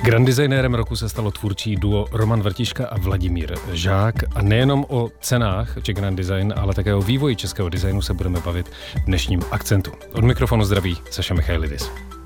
Grand designérem roku se stalo tvůrčí duo Roman Vrtiška a Vladimír Žák. A nejenom o cenách či Grand Design, ale také o vývoji českého designu se budeme bavit v dnešním Akcentu. Od mikrofonu zdraví Saša Michailidis.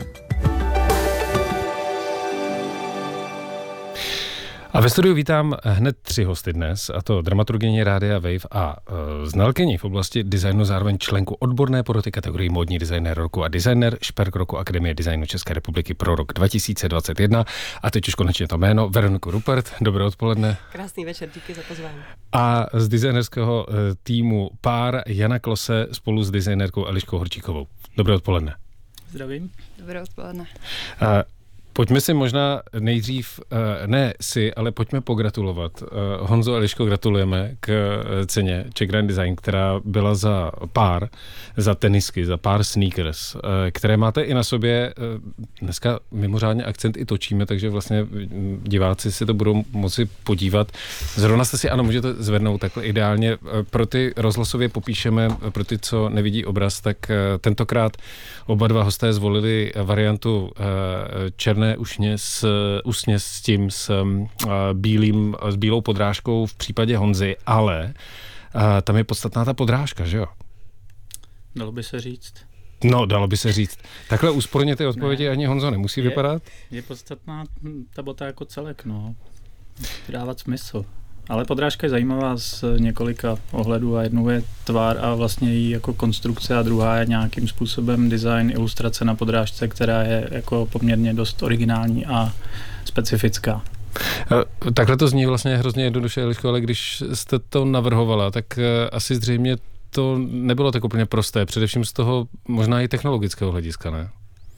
A ve studiu vítám hned 3 hosty dnes, a to dramaturgyně Rádia Wave a znalkyni v oblasti designu, zároveň členku odborné poroty kategorii módní designér roku a designer šperk roku Akademie designu České republiky pro rok 2021. A teď už konečně to jméno, Veroniku Rupert. Dobré odpoledne. Krásný večer, díky za pozvání. A z designerského týmu pár Jana Klose spolu s designérkou Eliškou Horčíkovou. Dobré odpoledne. Zdravím. Dobré odpoledne. Pojďme si možná nejdřív, ne si, ale pojďme pogratulovat. Honzo a Eliško, gratulujeme k ceně Czech Grand Design, která byla za pár, za tenisky, za pár sneakers, které máte i na sobě. Dneska mimořádně akcent i točíme, takže vlastně diváci si to budou moci podívat. Zrovna jste si, ano, můžete zvednout takhle ideálně. Pro ty rozhlasově popíšeme, pro ty, co nevidí obraz, tak tentokrát oba dva hosté zvolili variantu černé usně s tím s bílou podrážkou v případě Honzy, ale tam je podstatná ta podrážka, že jo? Dalo by se říct. No, dalo by se říct. Takhle úsporně ty odpovědi ani Honzo nemusí vypadat? Je podstatná ta bota jako celek, no. Dávat smysl. Ale podrážka je zajímavá z několika ohledů a jednou je tvar a vlastně její jako konstrukce a druhá je nějakým způsobem design, ilustrace na podrážce, která je jako poměrně dost originální a specifická. Takhle to zní vlastně hrozně jednoduše, Eliško, ale když jste to navrhovala, tak asi zřejmě to nebylo tak úplně prosté, především z toho možná i technologického hlediska, ne?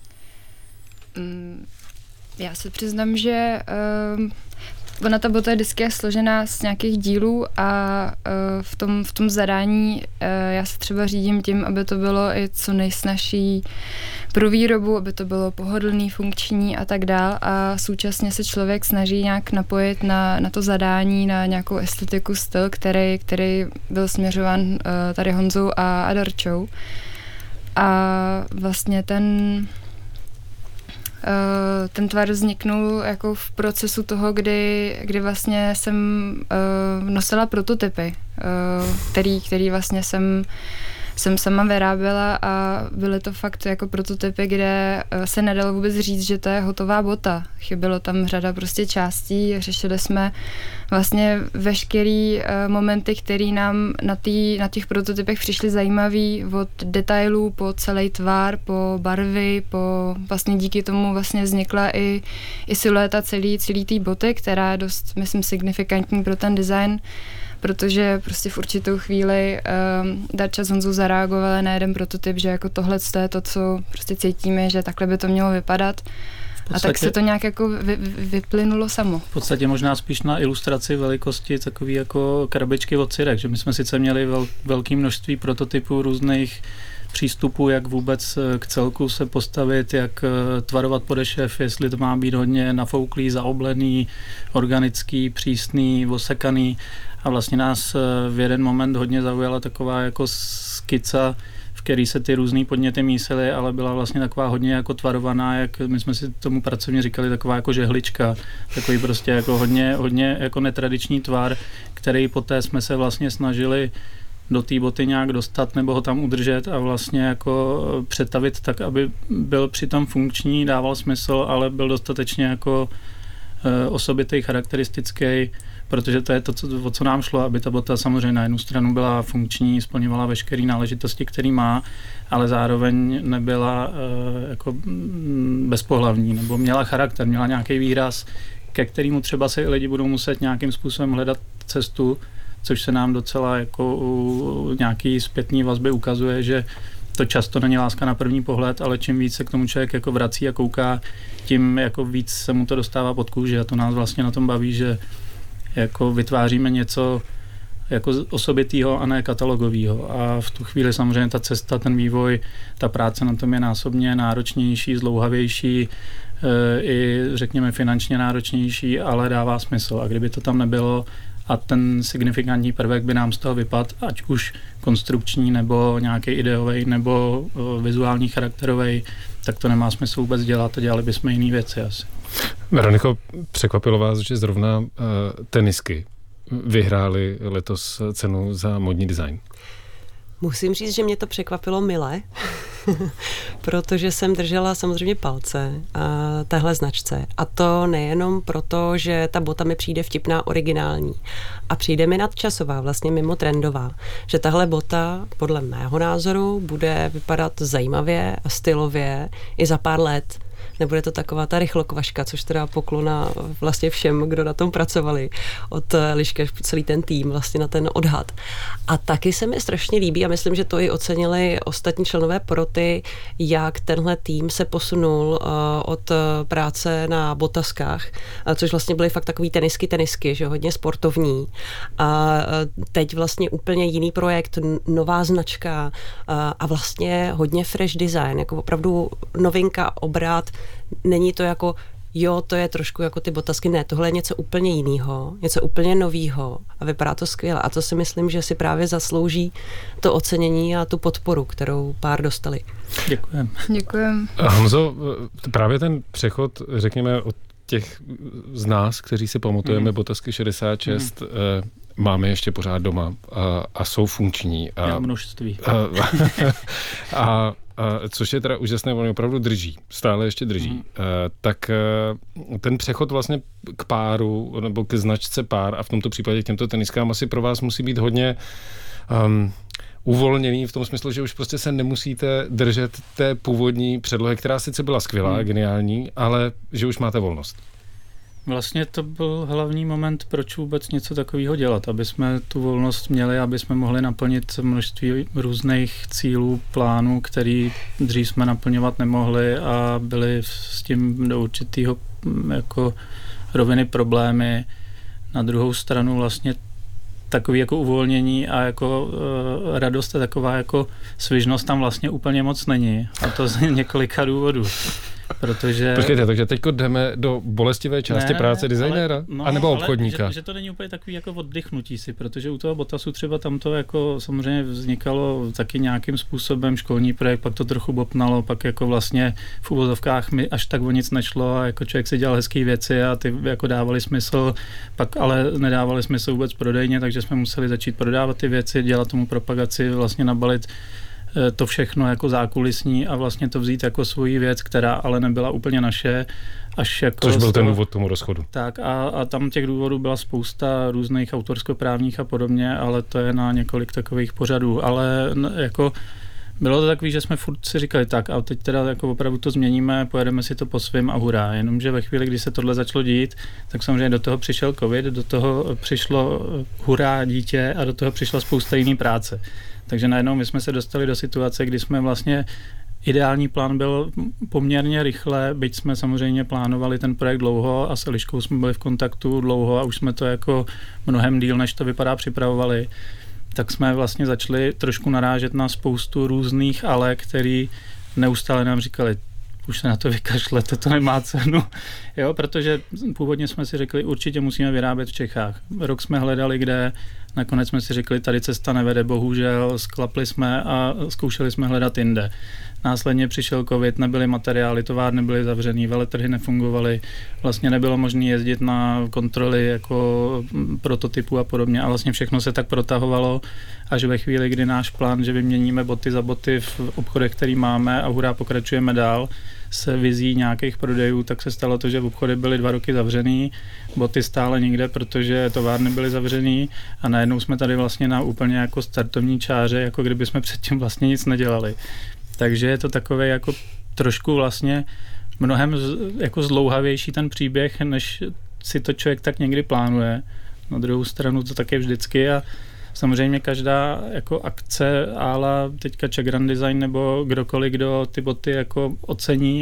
Já se přiznám, že ona ta bota disky je složená z nějakých dílů a v tom zadání já se třeba řídím tím, aby to bylo i co nejsnažší pro výrobu, aby to bylo pohodlný, funkční a tak dál, a současně se člověk snaží nějak napojit na to zadání, na nějakou estetiku, styl, který byl směřován tady Honzou a Darčou. A vlastně ten tvar vzniknul jako v procesu toho, kdy vlastně jsem nosila prototypy, který vlastně jsem sama vyráběla, a byly to fakt jako prototypy, kde se nedalo vůbec říct, že to je hotová bota. Chybělo tam řada prostě částí, řešili jsme vlastně veškerý momenty, které nám na těch prototypech přišly zajímavý, od detailů po celý tvar, po barvy, po vlastně díky tomu vlastně vznikla i silueta celý té boty, která je dost, myslím, signifikantní pro ten design, protože prostě v určitou chvíli Darča s Honzou zareagovali na jeden prototyp, že jako tohle je to, co prostě cítíme, že takhle by to mělo vypadat. A tak se to nějak jako vyplynulo samo. V podstatě možná spíš na ilustraci velikosti takový jako krabičky od syrek, že my jsme sice měli velké množství prototypů různých přístupů, jak vůbec k celku se postavit, jak tvarovat podešev, jestli to má být hodně nafouklý, zaoblený, organický, přísný, osekaný. A vlastně nás v jeden moment hodně zaujala taková jako skica, v který se ty různý podněty mísily, ale byla vlastně taková hodně jako tvarovaná, jak my jsme si tomu pracovně říkali, taková jako žehlička, takový prostě jako hodně jako netradiční tvar, který poté jsme se vlastně snažili do té boty nějak dostat nebo ho tam udržet a vlastně jako přetavit tak, aby byl přitom funkční, dával smysl, ale byl dostatečně jako osobitý, charakteristický, protože to je to, o co nám šlo, aby ta bota samozřejmě na jednu stranu byla funkční, splňovala veškeré náležitosti, který má, ale zároveň nebyla jako bezpohlavní, nebo měla charakter, měla nějaký výraz, ke kterému třeba se lidi budou muset nějakým způsobem hledat cestu, což se nám docela jako u nějaký zpětný vazby ukazuje, že to často není láska na první pohled, ale čím víc se k tomu člověk jako vrací a kouká, tím jako víc se mu to dostává pod kůži, a to nás vlastně na tom baví, že jako vytváříme něco jako osobitýho a ne katalogovýho. A v tu chvíli samozřejmě ta cesta, ten vývoj, ta práce na tom je násobně náročnější, zdlouhavější, i řekněme finančně náročnější, ale dává smysl. A kdyby to tam nebylo a ten signifikantní prvek by nám z toho vypadl, ať už konstrukční, nebo nějaký ideový, nebo vizuální charakterový, tak to nemá smysl vůbec dělat a dělali bychom jiné věci asi. Veroniko, překvapilo vás, že zrovna tenisky vyhrály letos cenu za modní design? Musím říct, že mě to překvapilo mile, protože jsem držela samozřejmě palce téhle značce. A to nejenom proto, že ta bota mi přijde vtipná, originální a přijde mi nadčasová, vlastně mimo trendová. Že tahle bota, podle mého názoru, bude vypadat zajímavě a stylově i za pár let. Nebude to taková ta rychlokvaška, což teda poklona vlastně všem, kdo na tom pracovali. Od Elišky až celý ten tým vlastně na ten odhad. A taky se mi strašně líbí a myslím, že to i ocenili ostatní členové poroty, jak tenhle tým se posunul od práce na botaskách, což vlastně byly fakt takový tenisky, že hodně sportovní. A teď vlastně úplně jiný projekt, nová značka a vlastně hodně fresh design, jako opravdu novinka, obrat. Není to jako, jo, to je trošku jako ty botasky, ne, tohle je něco úplně jiného, něco úplně novýho a vypadá to skvěle a to si myslím, že si právě zaslouží to ocenění a tu podporu, kterou pár dostali. Děkujem. Honzo, právě ten přechod, řekněme, od těch z nás, kteří si pamatujeme botasky 66, máme ještě pořád doma a jsou funkční. A množství. Což je teda úžasné, on opravdu drží, stále ještě drží. Tak ten přechod vlastně k páru, nebo k značce pár a v tomto případě k těmto teniskám asi pro vás musí být hodně uvolněný v tom smyslu, že už prostě se nemusíte držet té původní předlohy, která sice byla skvělá, geniální, ale že už máte volnost. Vlastně to byl hlavní moment, proč vůbec něco takového dělat, aby jsme tu volnost měli, aby jsme mohli naplnit množství různých cílů, plánů, který dřív jsme naplňovat nemohli a byly s tím do určitého jako roviny problémy. Na druhou stranu vlastně takový jako uvolnění a jako radost a taková jako svižnost tam vlastně úplně moc není. A to z několika důvodů. Protože... Počkejte, takže teď jdeme do bolestivé části práce designéra? Anebo obchodníka? Ale že to není úplně takový jako oddychnutí si, protože u toho Botasu třeba tam to jako samozřejmě vznikalo taky nějakým způsobem školní projekt, pak to trochu bopnalo, pak jako vlastně v uvozovkách mi až tak o nic nešlo a jako člověk si dělal hezký věci a ty jako dávali smysl, pak ale nedávali smysl vůbec prodejně, takže jsme museli začít prodávat ty věci, dělat tomu propagaci, vlastně nabalit to všechno jako zákulisní a vlastně to vzít jako svoji věc, která ale nebyla úplně naše. Až jako což byl ten důvod tomu rozchodu. Tak a tam těch důvodů byla spousta různých autorskoprávních a podobně, ale to je na několik takových pořadů. Ale jako bylo to takový, že jsme furt si říkali tak a teď teda jako opravdu to změníme, pojedeme si to po svým a hurá. Jenomže ve chvíli, kdy se tohle začalo dít, tak samozřejmě do toho přišel covid, do toho přišlo hurá dítě a do toho přišla spousta jiný práce. Takže najednou my jsme se dostali do situace, kdy jsme vlastně ideální plán byl poměrně rychle, byť jsme samozřejmě plánovali ten projekt dlouho a s Eliškou jsme byli v kontaktu dlouho a už jsme to jako mnohem díl, než to vypadá, připravovali. Tak jsme vlastně začali trošku narážet na spoustu různých ale, který neustále nám říkali, už se na to vykašlete, to nemá cenu. Jo, protože původně jsme si řekli, určitě musíme vyrábět v Čechách. Rok jsme hledali, kde, nakonec jsme si řekli, tady cesta nevede, bohužel, sklapli jsme a zkoušeli jsme hledat jinde. Následně přišel covid, nebyly materiály, továrny byly zavřený, veletrhy nefungovaly, vlastně nebylo možné jezdit na kontroly jako prototypů a podobně a vlastně všechno se tak protahovalo, až ve chvíli, kdy náš plán, že vyměníme boty za boty v obchodech, který máme a hurá pokračujeme dál, se vizí nějakých prodejů, tak se stalo to, že obchody byly 2 roky zavřený, boty stále nikde, protože továrny byly zavřený a najednou jsme tady vlastně na úplně jako startovní čáře, jako kdyby jsme předtím vlastně nic nedělali. Takže je to takové jako trošku vlastně mnohem jako zdlouhavější ten příběh, než si to člověk tak někdy plánuje. Na druhou stranu to také vždycky a samozřejmě každá jako akce ála teďka Czech Grand Design nebo kdokoliv, kdo ty boty jako ocení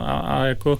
a jako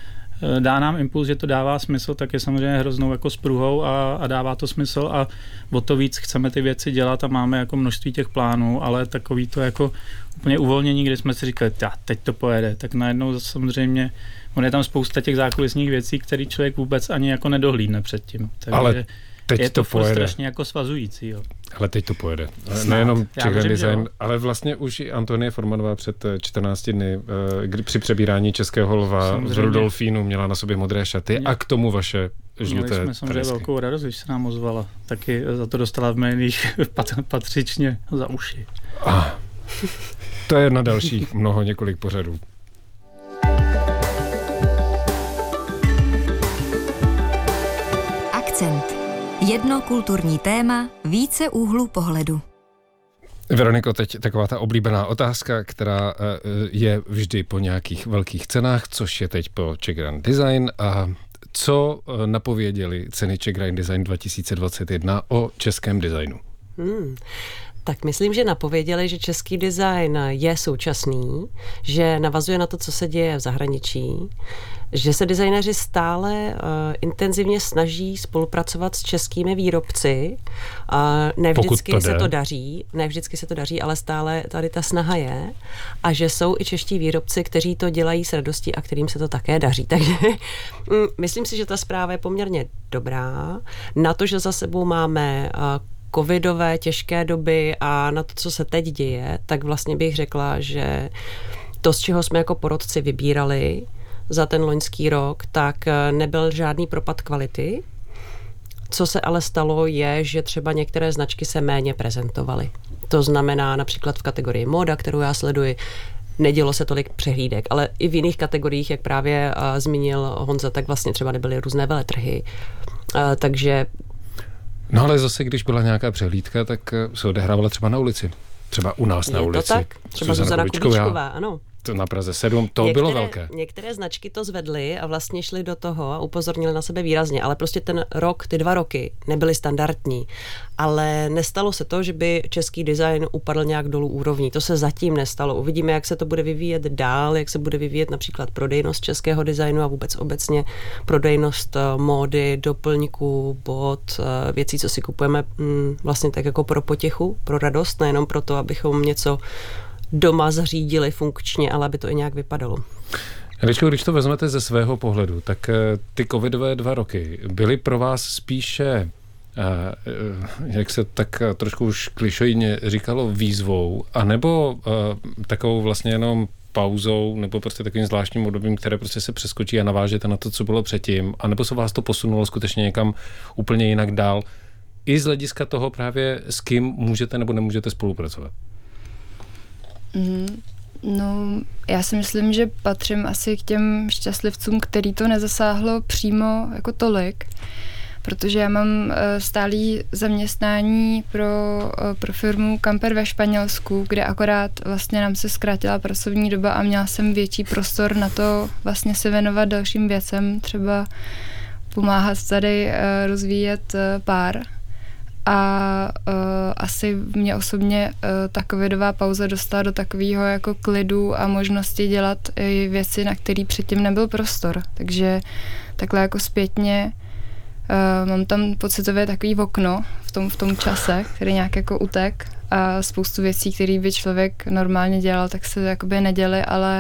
dá nám impuls, že to dává smysl, tak je samozřejmě hroznou jako spruhou a dává to smysl a o to víc chceme ty věci dělat a máme jako množství těch plánů, ale takový to jako úplně uvolnění, kdy jsme si říkali, teď to pojede, tak najednou samozřejmě on je tam spousta těch zákulisních věcí, které člověk vůbec ani jako nedohlídne předtím. Takže ale teď je to pojede. strašně jako svazující. Jo. Ale teď to pojede. Nejenom Czech Grand Design, jo. ale vlastně už i Antonie Formanová před 14 dny, kdy při přebírání Českého lva samozřejmě. v Rudolfínu měla na sobě modré šaty a k tomu vaše žluté Měli jsme samozřejmě tresky. velkou radost, když se nám ozvala. Taky za to dostala v médiích patřičně za uši. To je na dalších několik pořadů. Akcent. Jedno kulturní téma, více úhlů pohledu. Veroniko, teď taková ta oblíbená otázka, která je vždy po nějakých velkých cenách, což je teď po Czech Grand Design. A co napověděli ceny Czech Grand Design 2021 o českém designu? Tak myslím, že napověděli, že český design je současný, že navazuje na to, co se děje v zahraničí, že se designéři stále intenzivně snaží spolupracovat s českými výrobci. Ne vždycky se to daří, ale stále tady ta snaha je. A že jsou i čeští výrobci, kteří to dělají s radostí a kterým se to také daří. Takže myslím si, že ta zpráva je poměrně dobrá. Na to, že za sebou máme covidové těžké doby a na to, co se teď děje, tak vlastně bych řekla, že to, z čeho jsme jako porodci vybírali za ten loňský rok, tak nebyl žádný propad kvality. Co se ale stalo je, že třeba některé značky se méně prezentovaly. To znamená například v kategorii móda, kterou já sleduji, nedělo se tolik přehlídek, ale i v jiných kategoriích, jak právě zmínil Honza, tak vlastně třeba nebyly různé veletrhy. Takže No ale zase, když byla nějaká přehlídka, tak se odehrávala třeba na ulici. Třeba u nás na ulici. To tak? Třeba Zuzana Kubíčková, ano. To na Praze 7, bylo velké. Některé značky to zvedly a vlastně šly do toho a upozornili na sebe výrazně, ale prostě ten rok, ty 2 roky nebyly standardní. Ale nestalo se to, že by český design upadl nějak dolů úrovní. To se zatím nestalo. Uvidíme, jak se to bude vyvíjet dál, jak se bude vyvíjet například prodejnost českého designu a vůbec obecně prodejnost módy, doplňků, bot, věcí, co si kupujeme vlastně tak jako pro potěchu, pro radost, nejenom proto, abychom něco doma zařídili funkčně, ale aby to i nějak vypadalo. Eliško, když to vezmete ze svého pohledu, tak ty covidové 2 roky byly pro vás spíše, jak se tak trošku už klišojně říkalo, výzvou, anebo takovou vlastně jenom pauzou, nebo prostě takovým zvláštním obdobím, které prostě se přeskočí a navážete na to, co bylo předtím, anebo se vás to posunulo skutečně někam úplně jinak dál, i z hlediska toho právě, s kým můžete nebo nemůžete spolupracovat? No, já si myslím, že patřím asi k těm šťastlivcům, který to nezasáhlo přímo jako tolik, protože já mám stálý zaměstnání pro firmu Camper ve Španělsku, kde akorát vlastně nám se zkrátila pracovní doba a měla jsem větší prostor na to vlastně se věnovat dalším věcem, třeba pomáhat tady rozvíjet pár. A asi mě osobně ta covidová pauza dostala do takového jako klidu a možnosti dělat i věci, na které předtím nebyl prostor. Takže takhle jako zpětně mám tam pocitově takový okno v tom čase, který nějak jako utek a spoustu věcí, které by člověk normálně dělal, tak se jakoby neděli,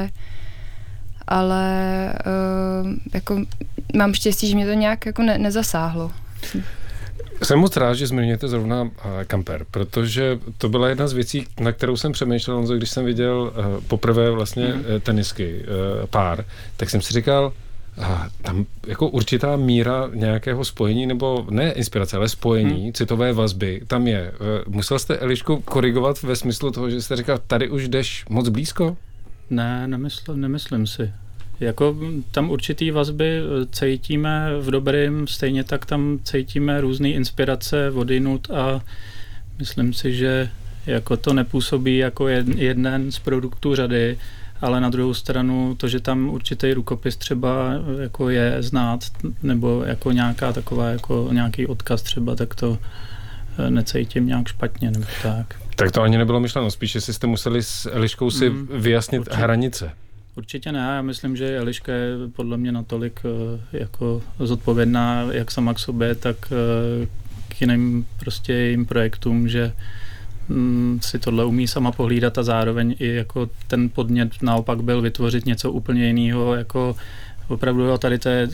ale jako mám štěstí, že mě to nějak jako nezasáhlo. Jsem moc rád, že zmiňujete zrovna Camper, protože to byla jedna z věcí, na kterou jsem přemýšlel, když jsem viděl poprvé vlastně tenisky pár, tak jsem si říkal, tam jako určitá míra nějakého spojení, nebo ne inspirace, ale spojení, citové vazby, tam je. Musel jste, Elišku, korigovat ve smyslu toho, že jste říkal, tady už jdeš moc blízko? Ne, nemyslím si. Jako tam určitý vazby cítíme v dobrým, stejně tak tam cítíme různé inspirace odinut a myslím si, že jako to nepůsobí jako jeden z produktů řady, ale na druhou stranu to, že tam určitý rukopis třeba jako je znát, nebo jako nějaká taková, jako nějaký odkaz třeba, tak to necítím nějak špatně, nebo tak. Tak to ani nebylo myšleno, spíš jestli jste museli s Eliškou si vyjasnit hranice. Určitě ne, já myslím, že Eliška je podle mě natolik jako zodpovědná jak sama k sobě, tak k jiným prostě jejím projektům, že si tohle umí sama pohlídat a zároveň i jako ten podnět naopak byl vytvořit něco úplně jiného, jako opravdu tady to je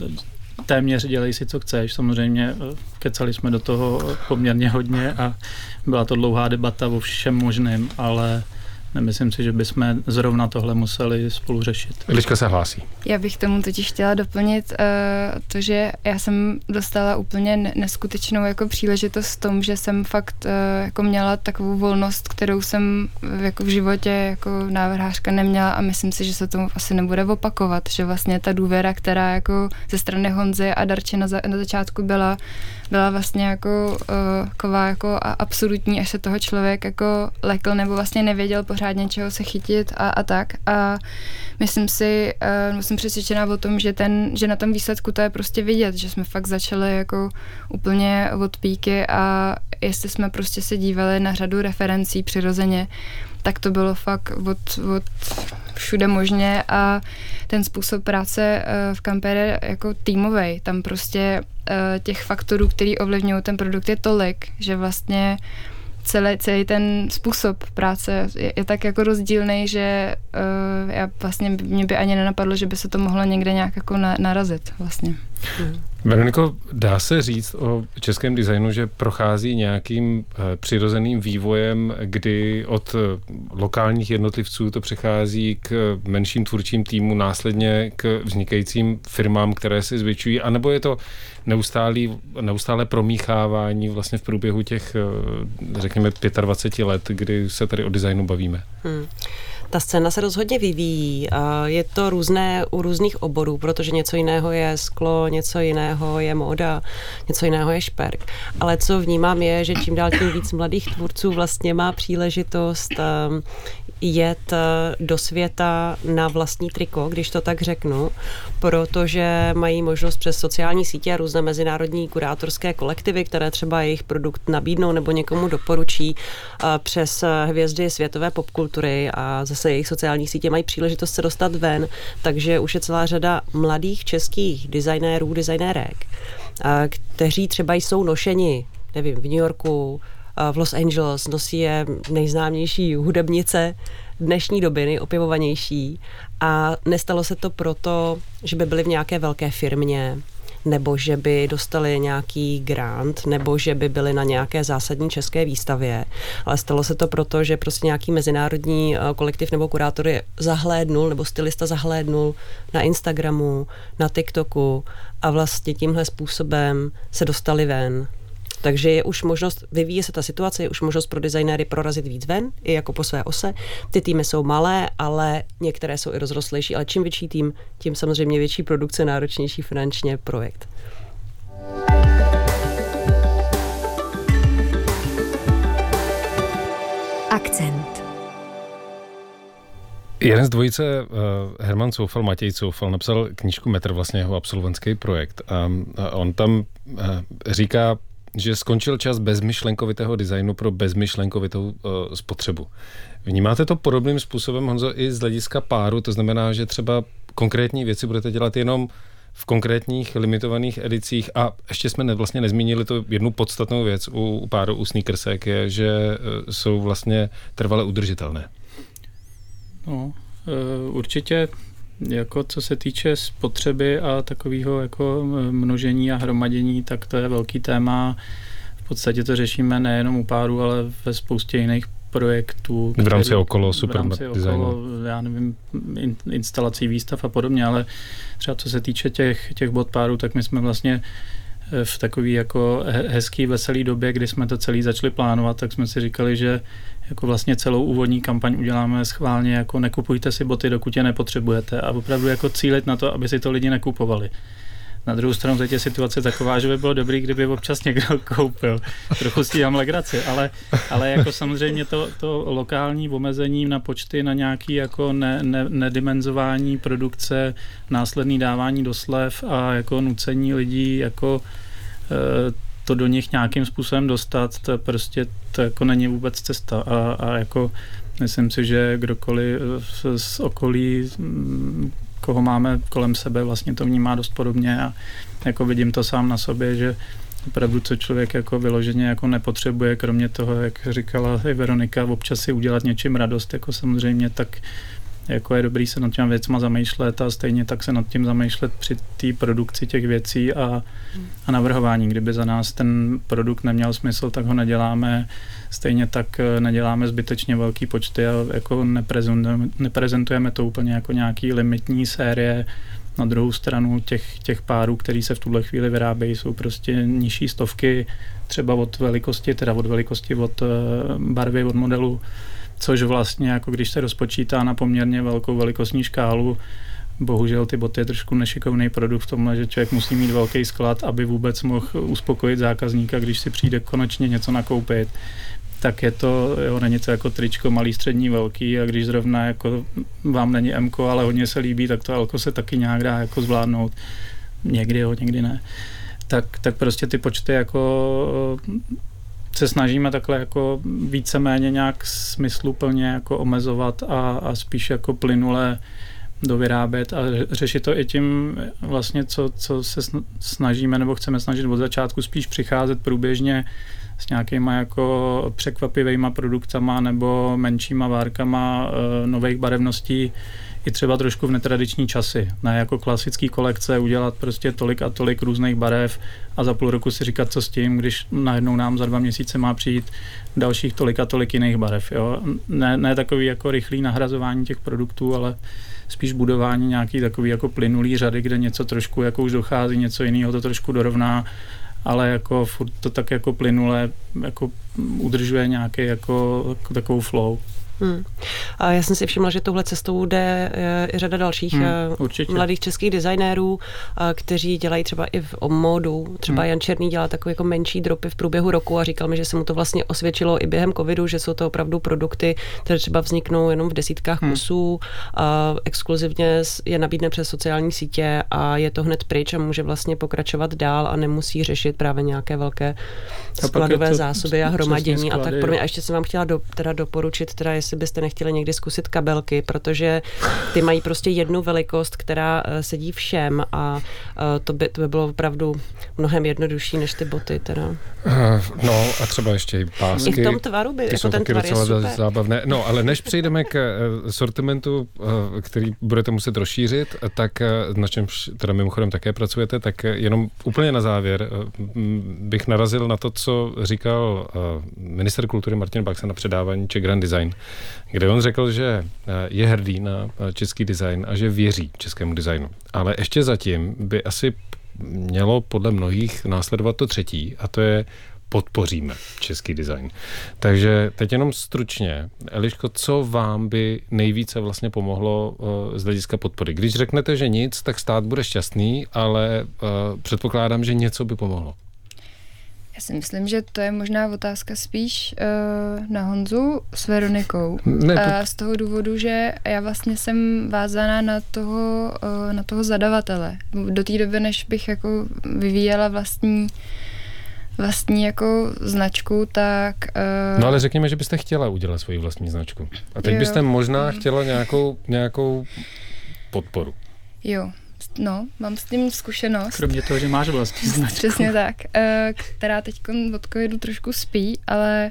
téměř dělej si, co chceš. Samozřejmě kecali jsme do toho poměrně hodně a byla to dlouhá debata o všem možným, ale nemyslím si, že bychom zrovna tohle museli spolu řešit. Eliška se hlásí. Já bych tomu totiž chtěla doplnit to, že já jsem dostala úplně neskutečnou jako příležitost v tom, že jsem fakt jako měla takovou volnost, kterou jsem jako v životě jako návrhářka neměla a myslím si, že se to asi nebude opakovat, že vlastně ta důvěra, která jako ze strany Honzy a Darče na začátku byla vlastně jako taková jako absolutní, až se toho člověk jako lekl nebo vlastně nevěděl pořádně, čeho se chytit a tak. A myslím si, jsem přesvědčená o tom, že na tom výsledku to je prostě vidět, že jsme fakt začali jako úplně od píky a jestli jsme prostě se dívali na řadu referencí přirozeně, tak to bylo fakt od všude možně a ten způsob práce v Campere je jako týmovej. Tam prostě těch faktorů, který ovlivňují ten produkt je tolik, že vlastně celý ten způsob práce je tak jako rozdílný, že mě by ani nenapadlo, že by se to mohlo někde nějak jako narazit vlastně. Veroniko, dá se říct o českém designu, že prochází nějakým přirozeným vývojem, kdy od lokálních jednotlivců to přechází k menším tvůrčím týmu, následně k vznikajícím firmám, které se zvětšují, anebo je to neustále promíchávání vlastně v průběhu těch, řekněme, 25 let, kdy se tady o designu bavíme? Ta scéna se rozhodně vyvíjí. Je to různé u různých oborů, protože něco jiného je sklo, něco jiného je móda, něco jiného je šperk. Ale co vnímám je, že čím dál tím víc mladých tvůrců vlastně má příležitost jet do světa na vlastní triko, když to tak řeknu, protože mají možnost přes sociální sítě a různé mezinárodní kurátorské kolektivy, které třeba jejich produkt nabídnou nebo někomu doporučí přes hvězdy světové popkultury a zase jejich sociální sítě mají příležitost se dostat ven, takže už je celá řada mladých českých designérů, designérek, kteří třeba jsou nošeni, nevím, v New Yorku, v Los Angeles, nosí je nejznámější hudebnice dnešní doby, nejopěvovanější a nestalo se to proto, že by byli v nějaké velké firmě, nebo že by dostali nějaký grant, nebo že by byli na nějaké zásadní české výstavě, ale stalo se to proto, že prostě nějaký mezinárodní kolektiv nebo kurátor je zahlédnul, nebo stylista zahlédnul na Instagramu, na TikToku a vlastně tímhle způsobem se dostali ven. Takže je už možnost, vyvíjí se ta situace, je už možnost pro designéry prorazit víc ven, i jako po své ose. Ty týmy jsou malé, ale některé jsou i rozrostlejší, ale čím větší tým, tím samozřejmě větší produkce, náročnější finančně projekt. Akcent. Jeden z dvojice, Herman Coufal, Matěj Coufal, napsal knížku Metr, vlastně jeho absolventský projekt. A on tam říká, že skončil čas bezmyšlenkovitého designu pro bezmyšlenkovitou spotřebu. Vnímáte to podobným způsobem, Honzo, i z hlediska páru? To znamená, že třeba konkrétní věci budete dělat jenom v konkrétních limitovaných edicích a ještě jsme vlastně nezmínili to jednu podstatnou věc u páru, u sneakersek, je, že jsou vlastně trvale udržitelné. No, určitě jako co se týče spotřeby a takového jako množení a hromadění, tak to je velký téma. V podstatě to řešíme nejenom u páru, ale ve spoustě jiných projektů. V rámci okolo super designu. Já nevím, instalací, výstav a podobně, ale třeba co se týče těch bod párů, tak my jsme vlastně v takový jako hezký, veselý době, kdy jsme to celý začali plánovat, tak jsme si říkali, že jako vlastně celou úvodní kampaň uděláme schválně, jako nekupujte si boty, dokud je nepotřebujete a opravdu jako cílit na to, aby si to lidi nekupovali. Na druhou stranu teď je situace taková, že by bylo dobrý, kdyby občas někdo koupil. Trochu stíhám legraci, ale jako samozřejmě to lokální omezení na počty, na nějaký jako nedimenzování produkce, následný dávání do slev a jako nucení lidí jako to do nich nějakým způsobem dostat, to prostě to jako není vůbec cesta a jako myslím si, že kdokoliv z okolí, koho máme kolem sebe, vlastně to vnímá dost podobně a jako vidím to sám na sobě, že opravdu co člověk jako vyloženě jako nepotřebuje, kromě toho, jak říkala i Veronika, občas si udělat něčím radost, jako samozřejmě, tak jako je dobrý se nad těma věcma zamýšlet a stejně tak se nad tím zamýšlet při té produkci těch věcí a navrhování. Kdyby za nás ten produkt neměl smysl, tak ho neděláme. Stejně tak neděláme zbytečně velký počty a jako neprezentujeme to úplně jako nějaký limitní série. Na druhou stranu těch párů, který se v tuhle chvíli vyrábějí, jsou prostě nižší stovky, třeba od velikosti, od barvy, od modelu, což vlastně, jako když se rozpočítá na poměrně velkou velikostní škálu, bohužel ty boty je trošku nešikovný produkt v tomhle, že člověk musí mít velký sklad, aby vůbec mohl uspokojit zákazníka, když si přijde konečně něco nakoupit. Tak je to, není to jako tričko malý, střední, velký a když zrovna jako vám není M-ko, ale hodně se líbí, tak to L-ko se taky nějak dá jako zvládnout. Někdy jo, někdy ne. Tak prostě ty počty jako se snažíme takhle jako víceméně nějak smysluplně jako omezovat a spíš jako plynule dovyrábět a řešit to i tím vlastně, co se snažíme nebo chceme snažit od začátku spíš přicházet průběžně s nějakýma jako překvapivejma produktama nebo menšíma várkama nových barevností i třeba trošku v netradiční časy. Ne jako klasický kolekce udělat prostě tolik a tolik různých barev a za půl roku si říkat, co s tím, když najednou nám za 2 měsíce má přijít dalších tolik a tolik jiných barev. Jo? Ne takový jako rychlý nahrazování těch produktů, ale spíš budování nějaký takový jako plynulý řady, kde něco trošku jako už dochází, něco jiného to trošku dorovná, ale jako furt to tak jako plynule jako udržuje nějaký jako takovou flow. A já jsem si všimla, že touhle cestou jde i řada dalších mladých českých designérů, kteří dělají třeba i v módu. Třeba Jan Černý dělá takové jako menší dropy v průběhu roku a říkal mi, že se mu to vlastně osvědčilo i během covidu, že jsou to opravdu produkty, které třeba vzniknou jenom v desítkách kusů, exkluzivně je nabídne přes sociální sítě a je to hned pryč a může vlastně pokračovat dál a nemusí řešit právě nějaké velké skladové zásoby a hromadění a tak podobně. A ještě jsem vám chtěla doporučit, jestli byste nechtěli někdy zkusit kabelky, protože ty mají prostě jednu velikost, která sedí všem a to by bylo opravdu mnohem jednodušší než ty boty teda. No a třeba ještě i pásky. I v tom tvaru by, jako ten tvar je super. Zábavné. No, ale než přejdeme k sortimentu, který budete muset rozšířit, tak na čemž teda mimochodem také pracujete, tak jenom úplně na závěr bych narazil na to, co říkal ministr kultury Martin Baxa na předávání Czech Grand Design, kde on řekl, že je hrdý na český design a že věří českému designu. Ale ještě zatím by asi mělo podle mnohých následovat to třetí, a to je podpoříme český design. Takže teď jenom stručně, Eliško, co vám by nejvíce vlastně pomohlo z hlediska podpory? Když řeknete, že nic, tak stát bude šťastný, ale předpokládám, že něco by pomohlo. Já si myslím, že to je možná otázka spíš na Honzu s Veronikou. Z toho důvodu, že já vlastně jsem vázaná na toho zadavatele. Do té doby, než bych jako vyvíjela vlastní jako značku, tak... No ale řekněme, že byste chtěla udělat svoji vlastní značku. A teď byste možná chtěla nějakou podporu. Jo. No, mám s tím zkušenost. Kromě toho, že máš vlastní značku. Přesně tak, která teď od covidu trošku spí, ale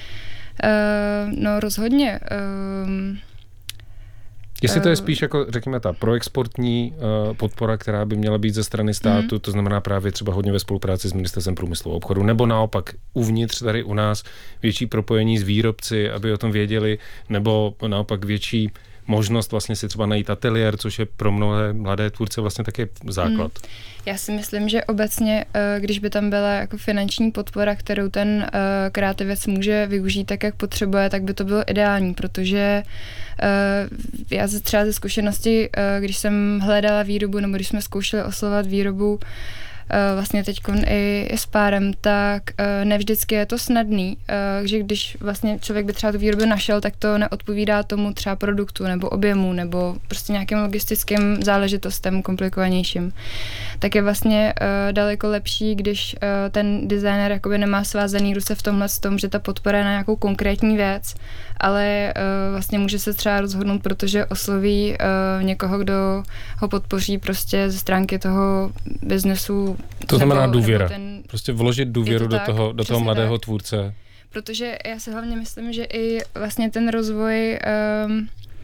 no rozhodně. Jestli to je spíš jako, řekněme, ta proexportní podpora, která by měla být ze strany státu, to znamená právě třeba hodně ve spolupráci s Ministerstvem průmyslu a obchodu, nebo naopak uvnitř tady u nás větší propojení s výrobci, aby o tom věděli, nebo naopak větší možnost vlastně si třeba najít ateliér, což je pro mnohé mladé tvůrce vlastně taky základ. Já si myslím, že obecně, když by tam byla jako finanční podpora, kterou ten kreativec může využít tak, jak potřebuje, tak by to bylo ideální, protože já třeba ze zkušenosti, když jsem hledala výrobu, nebo když jsme zkoušeli oslovovat výrobu vlastně teď i s párem, tak ne vždycky je to snadný, že když vlastně člověk by třeba tu výrobu našel, tak to neodpovídá tomu třeba produktu nebo objemu nebo prostě nějakým logistickým záležitostem komplikovanějším. Tak je vlastně daleko lepší, když ten designer jakoby nemá svázaný ruce v tomhle tom, že ta podpora je na nějakou konkrétní věc, ale vlastně může se třeba rozhodnout, protože osloví někoho, kdo ho podpoří prostě ze stránky toho biznesu. To znamená důvěra. Prostě vložit důvěru do toho mladého tvůrce. Protože já si hlavně myslím, že i vlastně ten rozvoj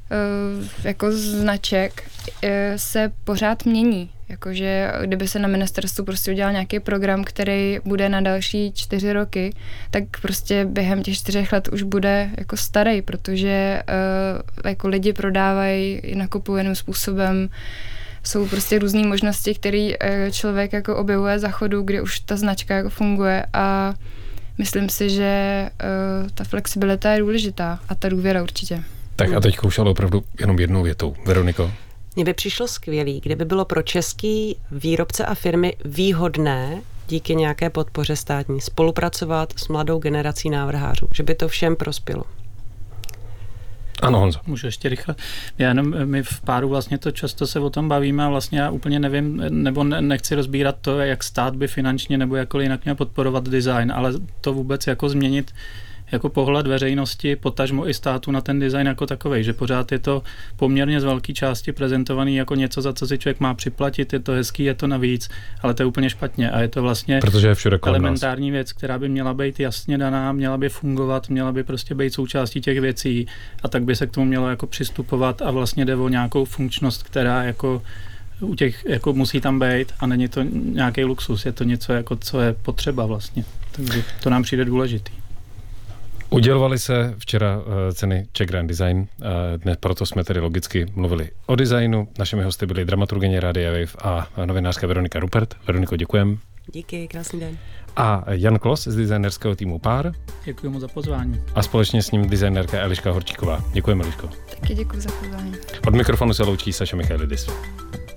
jako značek se pořád mění. Jakože kdyby se na ministerstvu prostě udělal nějaký program, který bude na další 4 roky, tak prostě během těch 4 let už bude jako starý, protože jako lidi prodávají, nakupují jiným způsobem. Jsou prostě různé možnosti, které člověk jako objevuje za chodu, kdy už ta značka jako funguje a myslím si, že ta flexibilita je důležitá a ta důvěra určitě. Tak a teď už ale opravdu jenom jednou větou. Veroniko? Mně by přišlo skvělý, kdyby bylo pro český výrobce a firmy výhodné díky nějaké podpoře státní spolupracovat s mladou generací návrhářů, že by to všem prospělo. Ano, Honzo. Můžu ještě rychle. My v Páru vlastně to často se o tom bavíme a vlastně já úplně nevím, nebo nechci rozbírat to, jak stát by finančně nebo jakkoliv jinak měl podporovat design, ale to vůbec jako změnit jako pohled veřejnosti, potažmo i státu na ten design jako takovej, že pořád je to poměrně z velké části prezentovaný jako něco, za co si člověk má připlatit, je to hezký, je to navíc, ale to je úplně špatně a je to vlastně elementární věc, která by měla být jasně daná, měla by fungovat, měla by prostě být součástí těch věcí a tak by se k tomu mělo jako přistupovat a vlastně jde o nějakou funkčnost, která jako u těch jako musí tam být a není to nějaký luxus, je to něco jako, co je potřeba vlastně, takže to nám přijde důležitý. Udělovali se včera ceny Czech Grand Design, dnes proto jsme tedy logicky mluvili o designu. Našimi hosty byli dramaturgyně Rádia Wave a novinářka Veronika Rupert. Veroniko, děkujem. Díky, krásný den. A Jan Klos z designerského týmu Pár. Děkuji mu za pozvání. A společně s ním designérka Eliška Horčíková. Děkujeme, Eliško. Taky děkuji za pozvání. Od mikrofonu se loučí Saša Michailidis.